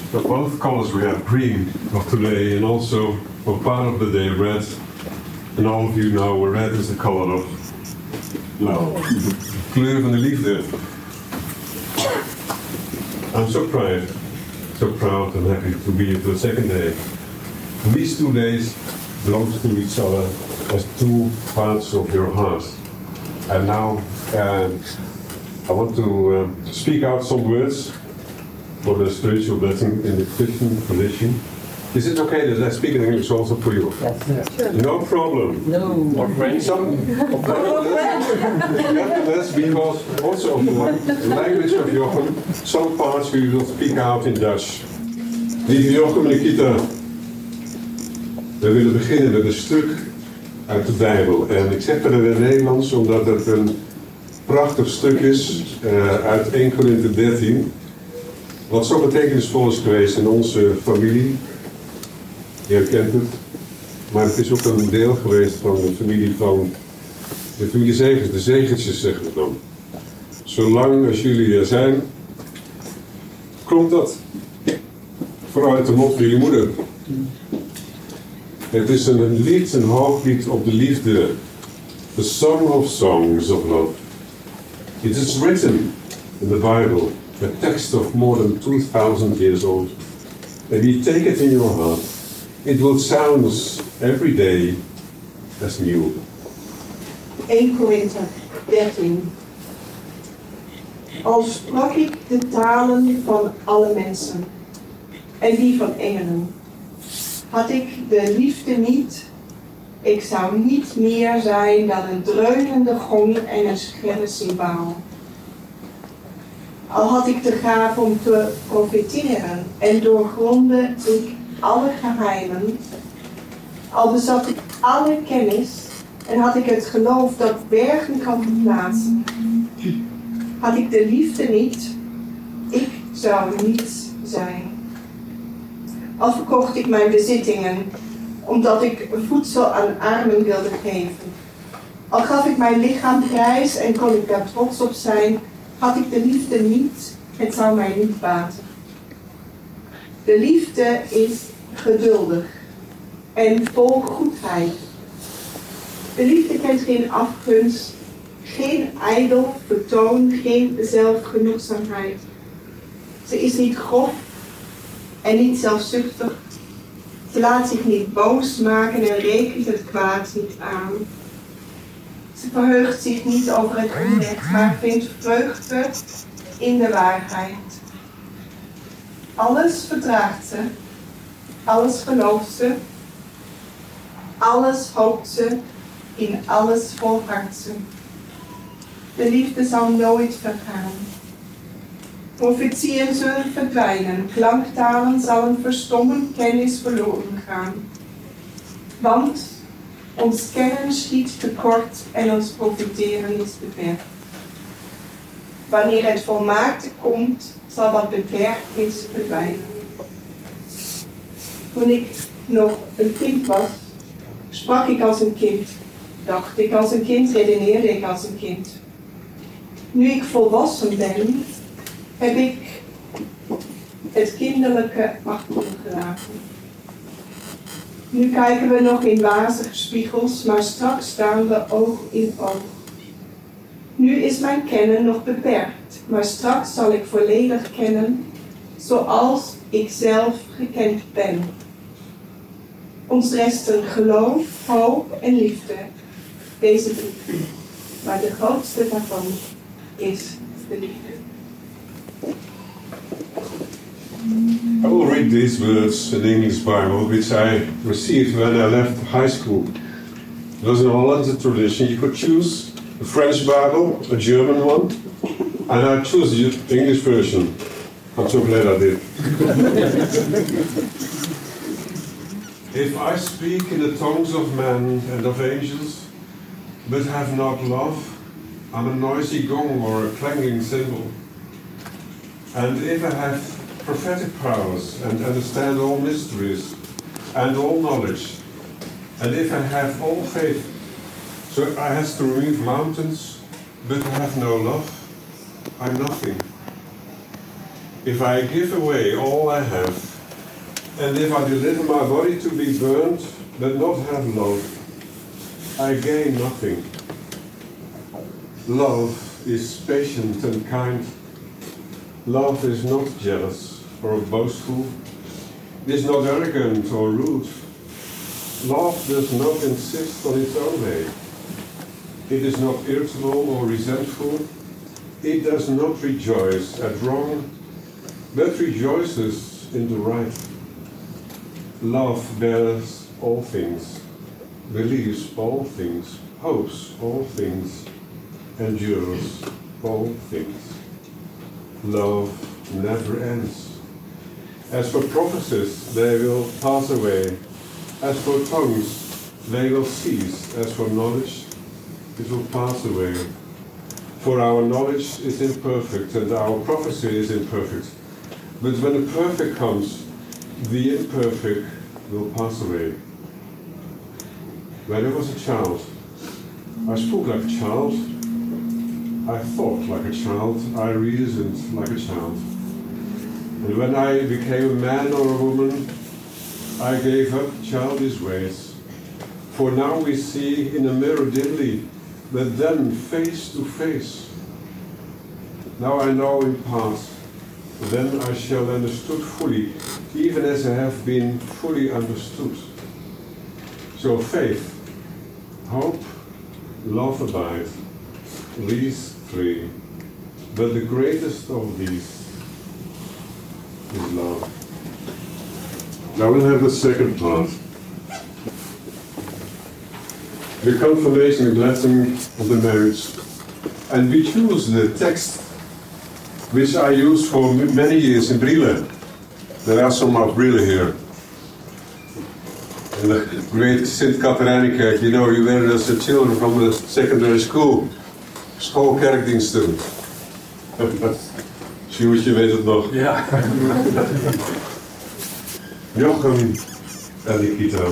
So both colors we have green of today and also for part of the day red. And all of you know red is the color of love. Kleur van de liefde. I'm so proud and happy to be here for the second day. And these 2 days belong to each other as two parts of your heart. And now I want to speak out some words for the spiritual blessing in the Christian tradition. Is it okay that I speak in English also for you? Yes. Sure. No problem. No. Or French? Nevertheless, because also of the language of Jochem, some parts we will speak out in Dutch. Lieve Jochem en Nikita, we willen beginnen met een stuk uit de Bijbel. En ik zeg het in het Nederlands omdat het een prachtig stuk is uit 1 Korinthe 13. Wat zo betekenisvol is geweest in onze familie. Je herkent het. Maar het is ook een deel geweest van de familie Zegers. De Zegertjes zeggen we dan. Zolang als jullie er zijn, klonk dat vooral uit de mond van jullie moeder. Het is een lied, een hooglied op de liefde. The Song of Songs of Love. It is written in the Bible, a text of more than 2,000 years old. And you take it in your heart. It will sound every day as new. 1 Korinthe 13. Al sprak ik de talen van alle mensen en die van engelen, had ik de liefde niet, ik zou niet meer zijn dan een dreunende gong en een schelle cymbaal. Al had ik de gave om te profiteren en doorgronde ik alle geheimen, al bezat ik alle kennis en had ik het geloof dat bergen kan verplaatsen. Had ik de liefde niet, ik zou niets zijn. Al verkocht ik mijn bezittingen, omdat ik voedsel aan armen wilde geven. Al gaf ik mijn lichaam prijs en kon ik daar trots op zijn, had ik de liefde niet, het zou mij niet baten. De liefde is geduldig en vol goedheid. De liefde kent geen afgunst, geen ijdel vertoon, geen zelfgenoegzaamheid. Ze is niet grof en niet zelfzuchtig. Ze laat zich niet boos maken en rekent het kwaad niet aan. Ze verheugt zich niet over het onrecht, maar vindt vreugde in de waarheid. Alles verdraagt ze, alles gelooft ze, alles hoopt ze, in alles volhardt ze. De liefde zal nooit vergaan. Profetieën zullen verdwijnen, klanktalen zullen verstommen, kennis verloren gaan. Want ons kennen schiet tekort en ons profiteren is beperkt. Wanneer het volmaakte komt, zal wat beperkt is verdwijnen. Toen ik nog een kind was, sprak ik als een kind, dacht ik als een kind, redeneerde ik als een kind. Nu ik volwassen ben, heb ik het kinderlijke achtergelaten. Nu kijken we nog in wazige spiegels, maar straks staan we oog in oog. Nu is mijn kennen nog beperkt, maar straks zal ik volledig kennen, zoals ik zelf gekend ben. Ons resten geloof, hoop en liefde, deze drie. Maar de grootste daarvan is de liefde. I will read these words in the English Bible, which I received when I left high school. It was an Hollandse tradition. You could choose a French Bible, a German one, and I chose the English version. I'm so glad I did. If I speak in the tongues of men and of angels, but have not love, I'm a noisy gong or a clanging cymbal. And if I have prophetic powers and understand all mysteries and all knowledge, and if I have all faith, so I have to remove mountains, but I have no love, I'm nothing. if I give away all I have, and if I deliver my body to be burned, but not have love, I gain nothing. Love is patient and kind. Love is not jealous or boastful. It is not arrogant or rude. Love does not insist on its own way. It is not irritable or resentful. It does not rejoice at wrong, but rejoices in the right. Love bears all things, believes all things, hopes all things, endures all things. Love never ends. As for prophecies, they will pass away. As for tongues, they will cease. As for knowledge, it will pass away. For our knowledge is imperfect, and our prophecy is imperfect. But when the perfect comes, the imperfect will pass away. When I was a child, I spoke like a child, I thought like a child, I reasoned like a child. And when I became a man or a woman, I gave up childish ways. For now we see in a mirror dimly, but then face to face. Now I know in part, then I shall understood fully, even as I have been fully understood. So faith, hope, love abide, these three, but the greatest of these is love. Now we'll have the second part. The confirmation and blessing of the marriage. And we choose the text which I used for many years in Brielle. There are some of Brielle here. In the great Sint Katerijnenkerk, you know, you were as children from the secondary school. Schoolkerkdiensten. Sjoerdje weet het nog. Ja. Jochem en Nikita.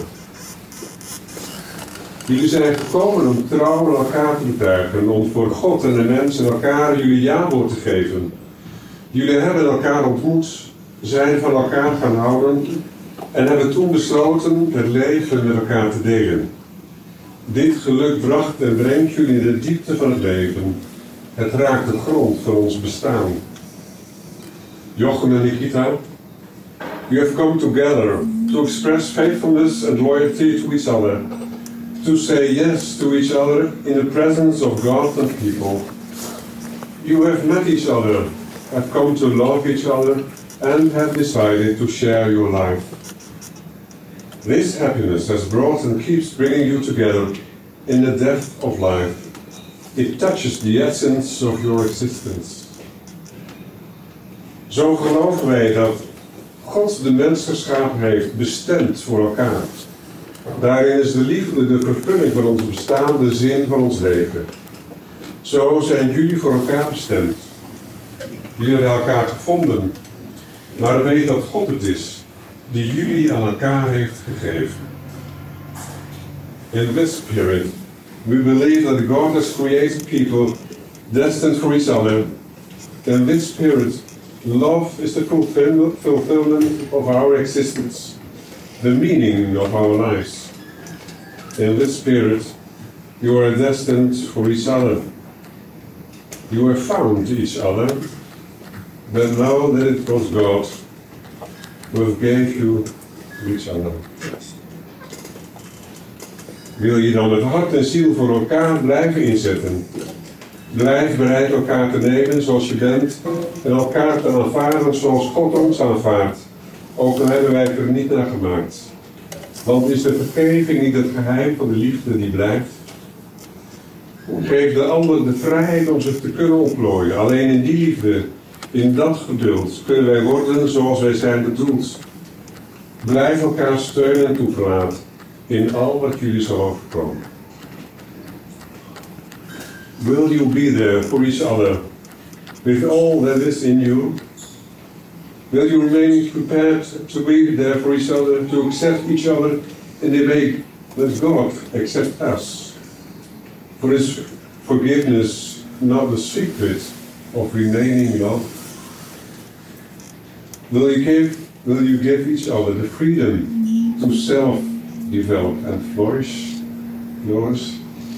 Jullie zijn gekomen om trouw aan elkaar te betuigen, om voor God en de mensen elkaar jullie jawoord te geven. Jullie hebben elkaar ontmoet, zijn van elkaar gaan houden en hebben toen besloten het leven met elkaar te delen. Dit geluk bracht en brengt jullie in de diepte van het leven. Het raakt de grond van ons bestaan. Jochem en Nikita, you have come together to express faithfulness and loyalty to each other, to say yes to each other in the presence of God and people. You have met each other, have come to love each other, and have decided to share your life. This happiness has brought and keeps bringing you together in the depth of life. It touches the essence of your existence. Zo geloven wij dat God de mens geschapen heeft, bestemd voor elkaar. Daarin is de liefde de vervulling van ons bestaan, de zin van ons leven. Zo zijn jullie voor elkaar bestemd. Jullie hebben elkaar gevonden, maar weet dat God het is die jullie aan elkaar heeft gegeven. In this spirit, we believe that God has created people destined for each other. In this spirit, love is the fulfillment of our existence, the meaning of our lives. In this spirit, you are destined for each other. You have found each other, but know that it was God who gave you each other. Wil je dan met hart en ziel voor elkaar blijven inzetten? Blijf bereid elkaar te nemen zoals je bent en elkaar te aanvaarden zoals God ons aanvaardt. Ook al hebben wij het er niet naar gemaakt. Want is de vergeving niet het geheim van de liefde die blijft? Geef de ander de vrijheid om zich te kunnen ontplooien. Alleen in die liefde, in dat geduld, kunnen wij worden zoals wij zijn bedoeld. Blijf elkaar steunen en toeverlaten in al wat jullie zal overkomen. Will you be there for each other with all that is in you? Will you remain prepared to be there for each other, to accept each other in the way that God accepts us? For is forgiveness not the secret of remaining love? Will you give each other the freedom to self-develop and flourish yours?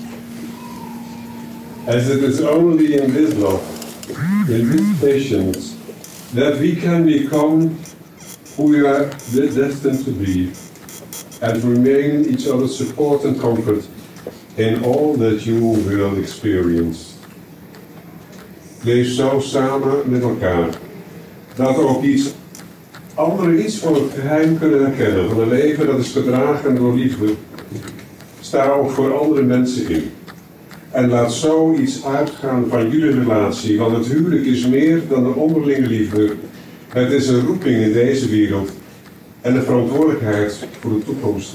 As it is only in this love, in this patience, that we can become who we are destined to be, and remain each other's support and comfort in all that you will experience. Leef zo samen met elkaar, dat er ook anderen iets van het geheim kunnen herkennen van een leven dat is gedragen door liefde. Sta ook voor andere mensen in. En laat zoiets uitgaan van jullie relatie, want het huwelijk is meer dan een onderlinge liefde. Het is een roeping in deze wereld en een verantwoordelijkheid voor de toekomst.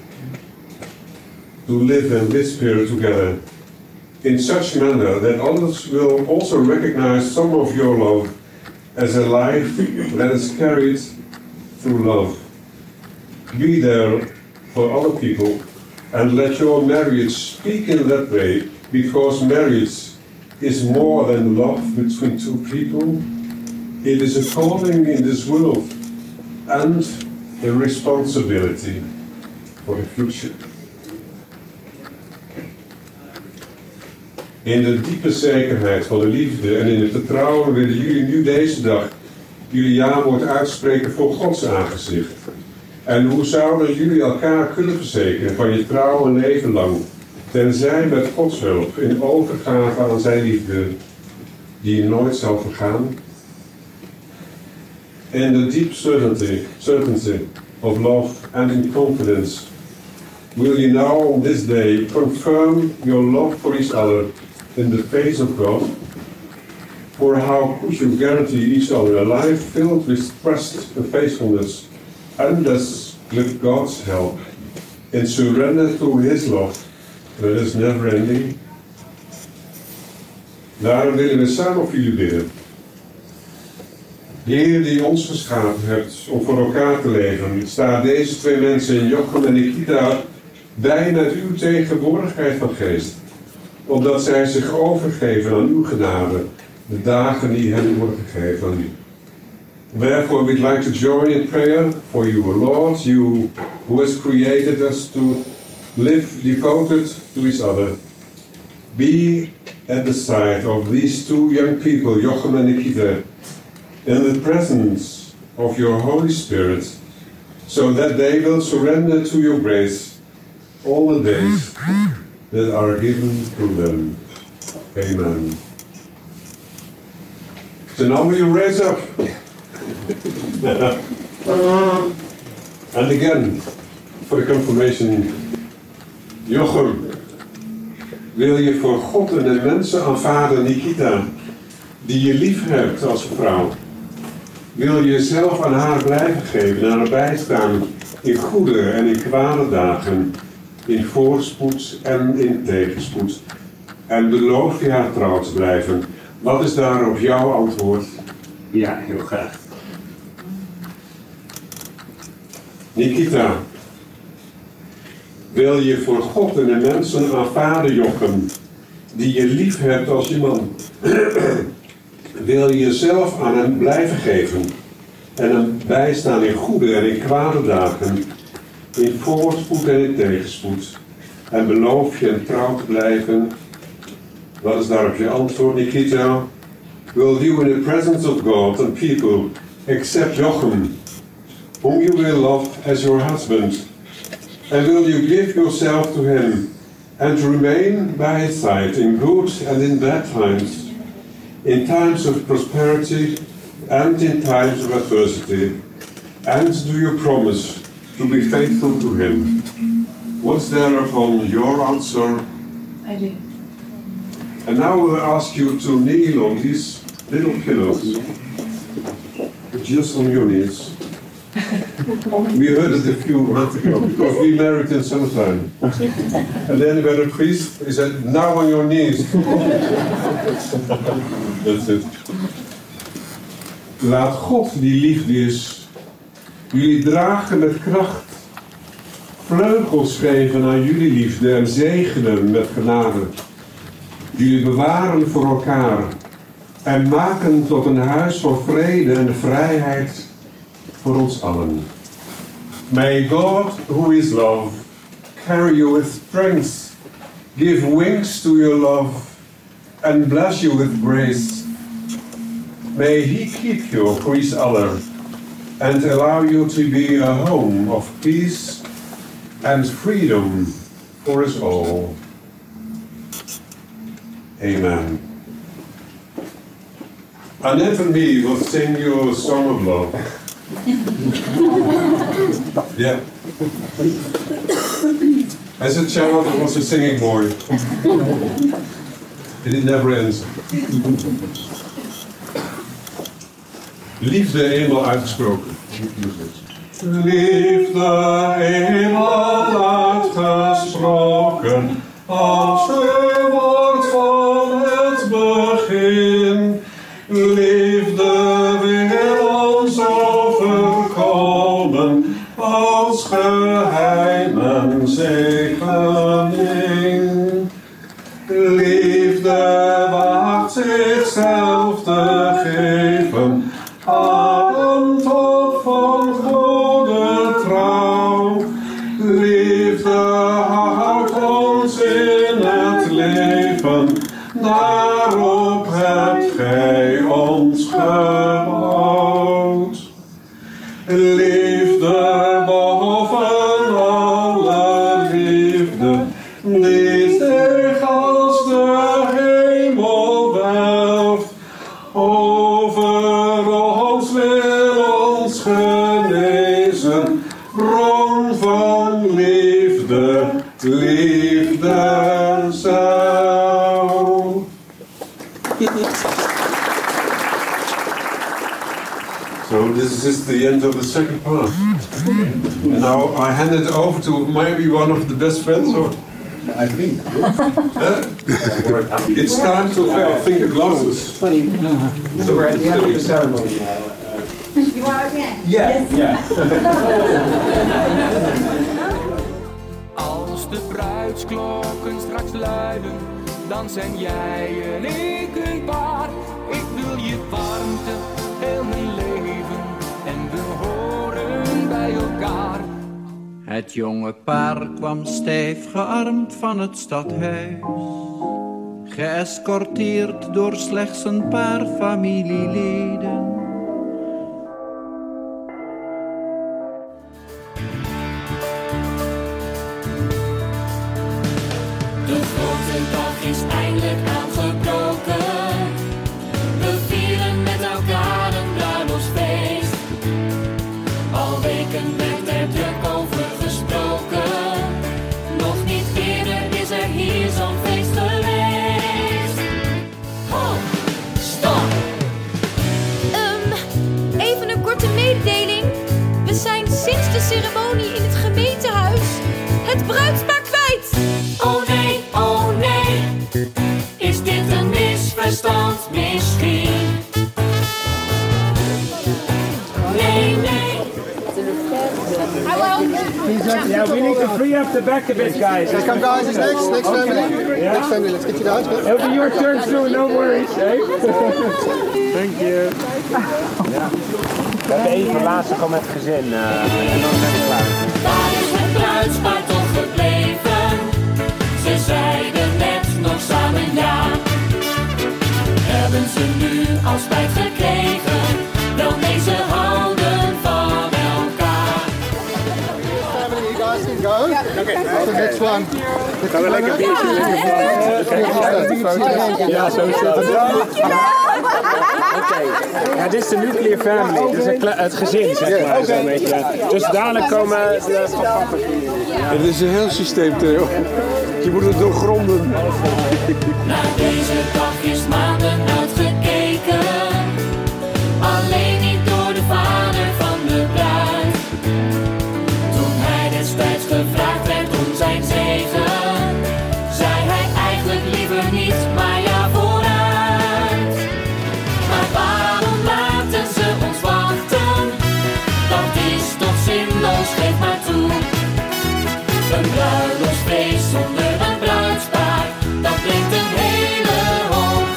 To live and whisper together in such manner that others will also recognize some of your love as a life that is carried through love. Be there for other people and let your marriage speak in that way, because marriage is more than love between two people. It is a calling in this world and a responsibility for the future. In de diepe zekerheid van de liefde en in het vertrouwen willen jullie nu deze dag jullie ja-woord uitspreken voor Gods aangezicht. En hoe zouden jullie elkaar kunnen verzekeren van je trouw een leven lang, tenzij met Gods hulp in overgave aan zijn liefde, die nooit zal vergaan? In the deep certainty of love and in confidence, will you now on this day confirm your love for each other in the face of God? For how could you guarantee each other a life filled with trust and faithfulness, unless with God's help, in surrender to His love that is never ending? Daarom willen we samen voor jullie bidden. Heer die ons geschapen hebt om voor elkaar te leven, sta deze twee mensen, Jochem en Nikita, bij met uw tegenwoordigheid van geest, opdat zij zich overgeven aan uw genade, de dagen die hen worden gegeven aan u. Therefore we'd like to join in prayer for you, Lord, you who has created us to live devoted to each other. Be at the side of these two young people, Jochem and Nikita, in the presence of your Holy Spirit, so that they will surrender to your grace all the days that are given to them. Amen. So now will you raise up? And again, for the confirmation, Jochem, wil je voor God en de mensen aanvaarden, Nikita, die je lief hebt als vrouw? Wil je jezelf aan haar blijven geven, aan haar bijstaan in goede en in kwade dagen, in voorspoed en in tegenspoed? En beloof je haar trouw te blijven? Wat is daarop jouw antwoord? Ja, heel graag. Nikita, wil je voor God en de mensen aanvaarden, Jochem, die je lief hebt als je man? Wil je jezelf aan hem blijven geven en hem bijstaan in goede en in kwade dagen, in voorspoed en in tegenspoed? En beloof je hem trouw te blijven? Wat is daarop je antwoord, Nikita? Will you in the presence of God and people accept Jochem, whom you will love as your husband? And will you give yourself to him and remain by his side in good and in bad times, in times of prosperity and in times of adversity? And do you promise to be faithful to him? What's thereupon your answer? I do. And now we'll ask you to kneel on these little pillows, just on your knees. We heard it a few months ago because we married in summertime. And then when the priest, he said, now on your knees. That's it. Laat God die liefde is, jullie dragen met kracht, vleugels geven aan jullie liefde en zegenen met genade. Jullie bewaren voor elkaar en maken tot een huis van vrede en vrijheid voor ons allen. May God, who is love, carry you with strength, give wings to your love, and bless you with grace. May He keep you for each other, and allow you to be a home of peace and freedom for us all. Amen. Annette and me will sing you a song of love. Yeah. As a child, I was a singing boy. And it never ends. Liefde eenmaal uitgesproken. Liefde eenmaal uitgesproken, als het woord van het begin. Liefde wil ons overkomen, als geheimen zegening. Liefde waagt zichzelf te geven, aan top van goede trouw. Liefde houdt ons in het leven, daarop hebt gij ons gebouwd. Liefde boven alle liefde, die zich als de hemel welft. Over ons wil ons genezen, bron van liefde, liefde zelf. So this is the end of the second part. And now I hand it over to maybe one of the best friends, or I think. it's time to finger glasses. Funny. So we're at the end of the ceremony now. You want again? Yeah. Als de bruidsklokken straks luiden, dan zijn jij en ik een paar. Ik wil je warmte, heel mijn leven, en we horen bij elkaar. Het jonge paar kwam stijf gearmd van het stadhuis, geëscorteerd door slechts een paar familieleden. De grote dag is eindelijk aangebroken. We vieren met elkaar een bruiloftsfeest. Al weken werd er druk over gesproken. Nog niet eerder is er hier zo'n feest geweest. Oh, stop! Even een korte mededeling. We zijn sinds de ceremonie in het gemeentehuis het bruidspaar kwijt. Oh nee, is dit een misverstand misschien? Nee. Yeah, we need to free up the back a bit, guys. Come guys, it's next family. Next family, let's get you down. It'll be your turn soon, no worries, eh? Thank you. Ja. We hebben even laatste gewoon met het gezin en dan zijn we klaar. Waar is het bruidspaar toch gebleven? Ze zeiden net nog samen ja. Hebben ze nu al spijt gekregen? Wel nee, ze houden van elkaar. Family, you guys can go. Okay. The next one. Gaan we lekker biertje, lekker ja, zo is het. Oké. Ja, dit is de nuclear family, dus het gezin, zeg maar. Zo'n beetje. Dus dadelijk komen de papa's. Het is een heel systeem, Theo. Je moet het doorgronden. Naar deze dag is maanden uitgekeken. Alleen niet door de vader van de bruid. Toen hij destijds gevraagd werd om zijn zegen, zei hij eigenlijk liever niet, maar ja vooruit. Maar waarom laten ze ons wachten? Dat is toch zinloos, geef maar toe. Een bruiloftsfeest zonder een bruidspaar, dat brengt een hele hoop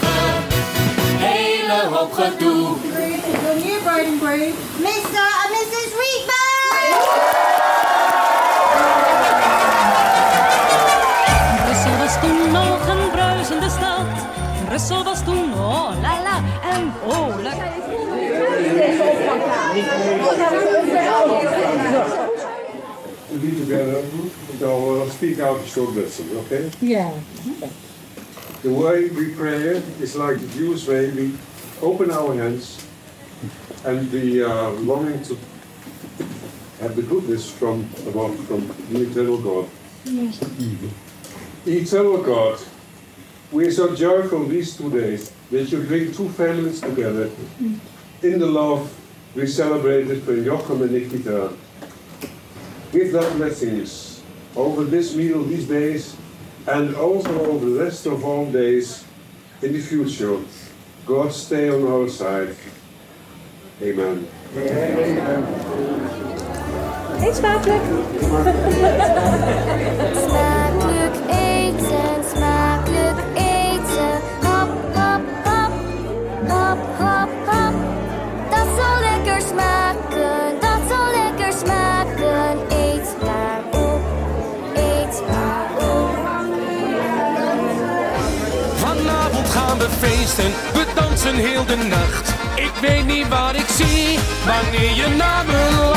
To be together, so speak out a short lesson, okay? Yeah. The way we pray is like the Jews way. We open our hands and we are longing to have the goodness from above, from the eternal God. Yes. Eternal God, we are so joyful these 2 days that you bring two families together. In the love we celebrated when Jochem and Nikita. Give that blessings over this meal these days and also over the rest of all days in the future. God stay on our side. Amen. Eet smakelijk. Smakelijk eten, smakelijk eten. Hap, hap, hap. Hap, hap, hap. Dat zal lekker smaken, dat zal lekker smaken. Eet maar op, eet maar op. Vanavond gaan we feesten, we dansen heel de nacht. Ik weet niet wat ik zie, wanneer je naar me lacht.